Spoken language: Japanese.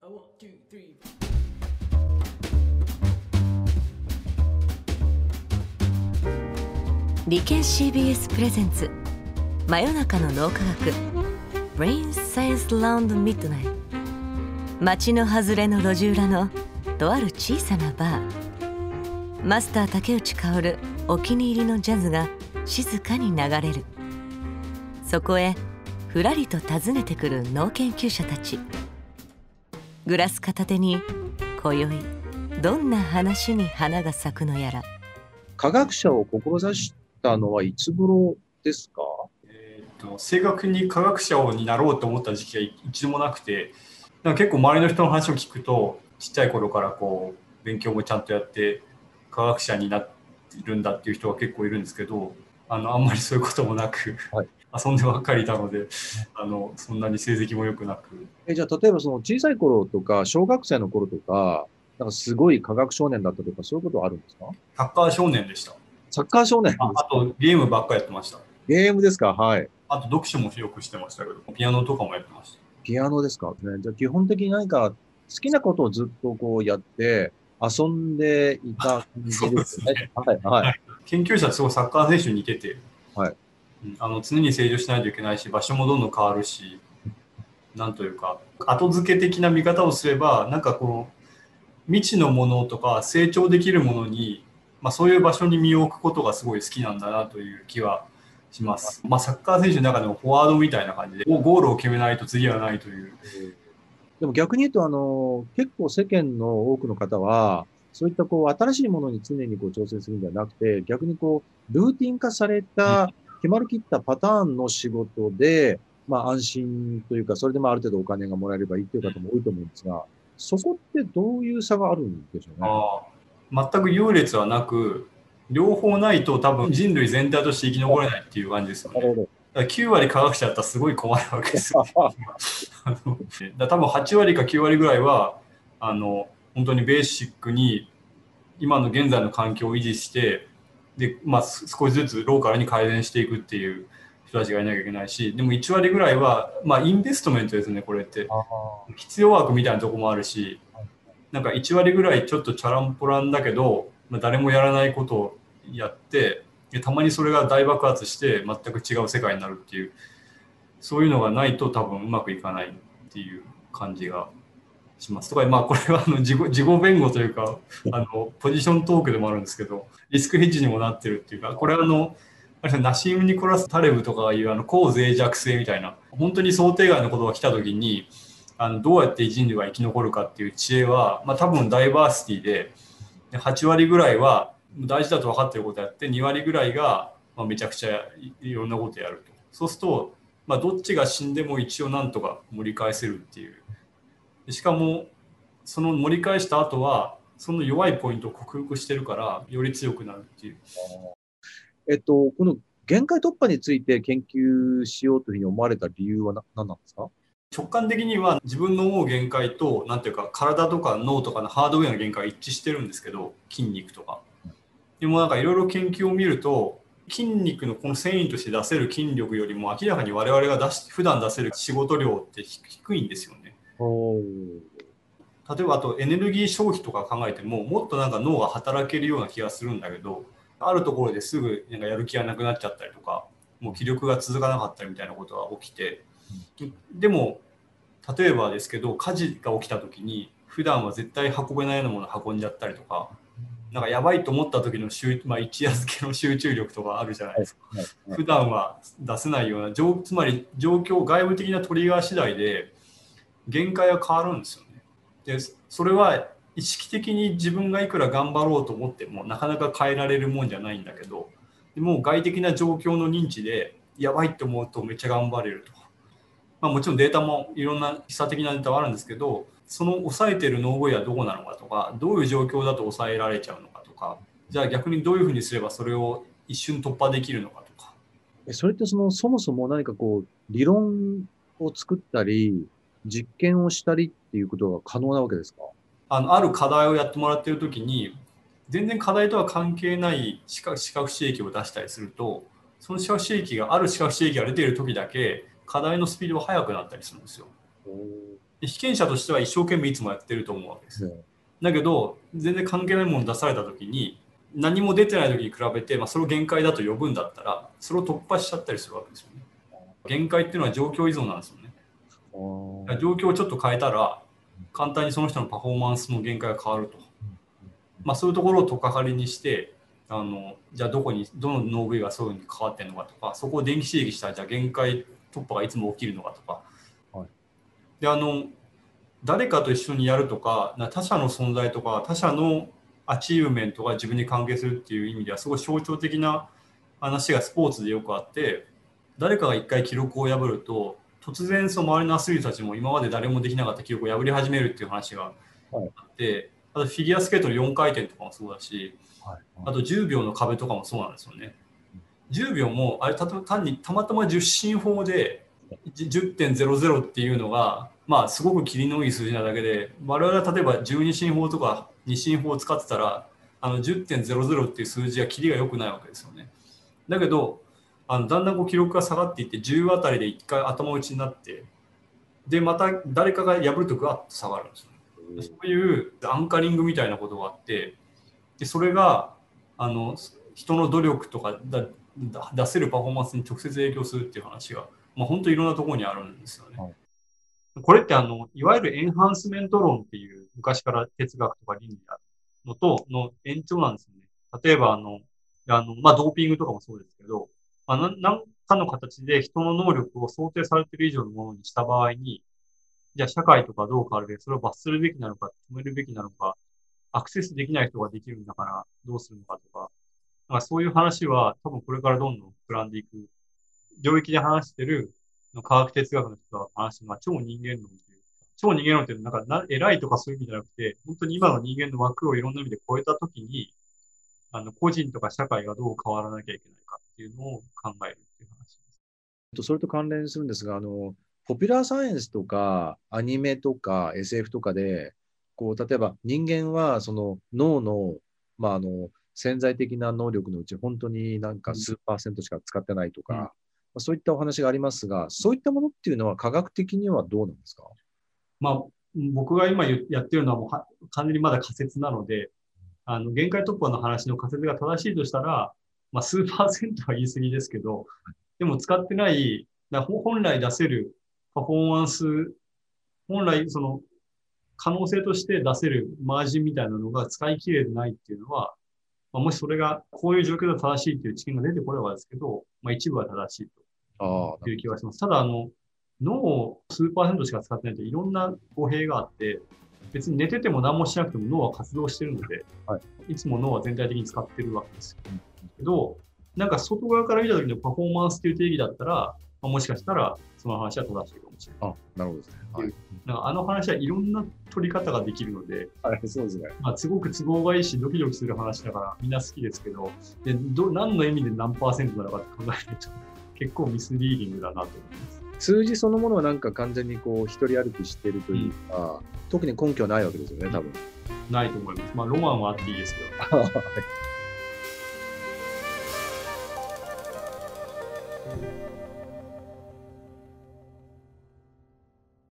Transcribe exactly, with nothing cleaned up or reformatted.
One, two, three. 理研 シービーエス プレゼンツ真夜中の脳科学 Brain Science Round Midnight。 街の外れの路地裏のとある小さなバー。マスター竹内薫お気に入りのジャズが静かに流れる。そこへふらりと訪ねてくる脳研究者たち。グラス片手に今宵どんな話に花が咲くのやら。 科学者を志したのはいつ頃ですか？ えー、と正確に科学者になろうと思った時期が一度もなくて、なんか結構周りの人の話を聞くと、ちっちゃい頃からこう勉強もちゃんとやって科学者になっているんだっていう人が結構いるんですけど、あのあんまりそういうこともなく、はい、遊んでばっかりいたので、あのそんなに成績も良くなく。 えじゃあ例えばその小さい頃とか小学生の頃とか、なんかすごい科学少年だったとか、そういうことはあるんですか？ サッカー少年でした。 サッカー少年ですか？ あ, あとゲームばっかりやってました。 ゲームですか？はい。 あと読書もよくしてましたけど、ピアノとかもやってました。 ピアノですか？ね、じゃあ基本的に何か好きなことをずっとこうやって遊んでいた感じですね。そうですね。はいはい。はい、 研究者ってすごいサッカー選手に似てて、 はい、 あの常に成長しないといけないし、場所もどんどん変わるし、なんというか後付け的な見方をすれば、なんかこの未知のものとか成長できるものに、まあ、そういう場所に身を置くことがすごい好きなんだなという気はします。まあ、サッカー選手の中でもフォワードみたいな感じでゴールを決めないと次はないという。 でも逆に言うと、あの結構世間の多くの方はそういったこう新しいものに常にこう挑戦するんじゃなくて、逆にこうルーティン化された決まりきったパターンの仕事で、まあ、安心というか、それでまあある程度お金がもらえればいいという方も多いと思うんですが、そこってどういう差があるんでしょうね。 あ全く優劣はなく、両方ないと多分人類全体として生き残れないっていう感じですよね。なるほど。だからきゅう割科学者だったらすごい困るわけですよ、ね。あのだ多分はち割かきゅう割ぐらいはあの本当にベーシックに今の現在の環境を維持して、で、まあ、少しずつローカルに改善していくっていう人たちがいなきゃいけないし、でもいち割ぐらいは、まあ、インベストメントですね、これって。必要枠みたいなところもあるし、なんかいち割ぐらいちょっとチャランポランだけど、まあ、誰もやらないことをやって、でたまにそれが大爆発して全く違う世界になるっていう、そういうのがないと多分うまくいかないっていう感じがします。とか、まあこれはあの自己、自己弁護というか、あのポジショントークでもあるんですけど、リスクヘッジにもなってるっていうか、これはあのナシーム・ニコラス・タレブとかが言うあの高脆弱性みたいな、本当に想定外のことが来た時にあのどうやって人類が生き残るかっていう知恵は、まあ、多分ダイバーシティで、はち割ぐらいは大事だと分かってることやって、に割ぐらいがまあめちゃくちゃいろんなことやると。そうすると、まあ、どっちが死んでも一応なんとか盛り返せるっていう。しかもその盛り返した後はその弱いポイントを克服してるからより強くなるっていう。 えっと、この限界突破について研究しようというふうに思われた理由は何なんですか？ 直感的には自分の思う限界と、なんていうか体とか脳とかのハードウェアの限界が一致してるんですけど、筋肉とか。でもなんかいろいろ研究を見ると、筋肉のこの繊維として出せる筋力よりも明らかに我々が出し普段出せる仕事量って低いんですよね。例えばあとエネルギー消費とか考えても、もっとなんか脳が働けるような気がするんだけど、あるところですぐなんかやる気がなくなっちゃったりとか、もう気力が続かなかったりみたいなことが起きて、でも例えばですけど火事が起きた時に普段は絶対運べないようなものを運んじゃったりとか、なんかやばいと思った時の集、まあ、一夜漬けの集中力とかあるじゃないですか。普段は出せないような、つまり状況、外部的なトリガー次第で限界は変わるんですよね。でそれは意識的に自分がいくら頑張ろうと思ってもなかなか変えられるもんじゃないんだけど、もう外的な状況の認知でやばいって思うとめっちゃ頑張れると。まあ、もちろんデータもいろんな示唆的なデータはあるんですけど、その抑えている脳部位はどこなのかとか、どういう状況だと抑えられちゃうのかとか、じゃあ逆にどういうふうにすればそれを一瞬突破できるのかとか。 それってそのそもそも何かこう理論を作ったり実験をしたりっていうことが可能なわけですか？ あのある課題をやってもらっているときに、全然課題とは関係ない視覚視覚刺激を出したりすると、その視覚刺激がある視覚刺激が出ているときだけ課題のスピードが速くなったりするんですよ。 被験者としては一生懸命いつもやってると思うわけです。 うん、 だけど全然関係ないもの出された時に何も出てない時に比べて、まあ、それを限界だと呼ぶんだったらそれを突破しちゃったりするわけですよね。限界っていうのは状況依存なんですよね。状況をちょっと変えたら簡単にその人のパフォーマンスの限界が変わると、まあ、そういうところを取っかかりにしてあのじゃあどこにどの脳部位がそういうふうに変わってるのかとか、そこを電気刺激したらじゃあ限界突破がいつも起きるのかとか、はい、であの誰かと一緒にやるとか他者の存在とか他者のアチーブメントが自分に関係するっていう意味ではすごい象徴的な話がスポーツでよくあって、誰かが一回記録を破ると突然その周りのアスリートたちも今まで誰もできなかった記録を破り始めるっていう話があって、はい、あとフィギュアスケートのよんかい転とかもそうだし、はいはい、あとじゅうびょうの壁とかもそうなんですよね。じゅうびょうもあれた単にたまたまじゅっ進法で じゅってんゼロゼロ っていうのがまあすごく切りのいい数字なだけで、我々は例えばじゅうに進法とかに進法を使ってたらあの じゅってんゼロゼロ っていう数字は切りが良くないわけですよね。だけどあのだんだんこう記録が下がっていってじゅうあたりでいっかい頭打ちになって、でまた誰かが破るとグワッと下がるんですよね。そういうアンカリングみたいなことがあって、でそれがあの人の努力とかだ出せるパフォーマンスに直接影響するっていう話が、まあ、本当にいろんなところにあるんですよね。はい、これってあのいわゆるエンハンスメント論っていう昔から哲学とか倫理あるのとの延長なんですよね。例えばあのあの、まあ、ドーピングとかもそうですけど、まあ、何かの形で人の能力を想定されている以上のものにした場合に、じゃあ社会とかどう変わるべき、それを罰するべきなのか、止めるべきなのか、アクセスできない人ができるんだからどうするのかとか、まあ、そういう話は多分これからどんどん膨らんでいく。領域で話してる科学哲学の人が話してるのは超人間論っていう。超人間論っていうのはなんか偉いとかそういう意味じゃなくて、本当に今の人間の枠をいろんな意味で超えたときに、あの個人とか社会がどう変わらなきゃいけないかっていうのを考えるっていう話です。 それと関連するんですが、あのポピュラーサイエンスとかアニメとか エスエフ とかで、こう例えば人間はその脳の、まあ、あの潜在的な能力のうち本当になんか数パーセントしか使ってないとか、うん、そういったお話がありますが、そういったものっていうのは科学的にはどうなんですか？ まあ、僕が今やってるのはもうは完全にまだ仮説なので、あの限界突破の話の仮説が正しいとしたら、まあ、数パーセントは言い過ぎですけど、でも使ってない、本来出せるパフォーマンス、本来その可能性として出せるマージンみたいなのが使い切れてないっていうのは、まあ、もしそれがこういう状況で正しいっていう知見が出てこればですけど、まあ、一部は正しいという気がします。ただあの、脳を数パーセントしか使ってないといろんな語弊があって、別に寝てても何もしなくても脳は活動してるので、はい、いつも脳は全体的に使ってるわけですよ。けど、なんか外側から見た時のパフォーマンスという定義だったら、まあ、もしかしたらその話は正しいかもしれない。 あ、なるほどですね。はい、 なんかあの話はいろんな取り方ができるので、 はい、そうですね。 まあ、すごく都合がいいし、ドキドキする話だからみんな好きですけど、でど何の意味で何パーセントなのかって考えると、結構ミスリーディングだなと思います。 数字そのものはなんか完全にこう一人歩きしてるというか、うん、特に根拠はないわけですよね、多分。 ないと思います。まあ、ロマンはあっていいですけど。はい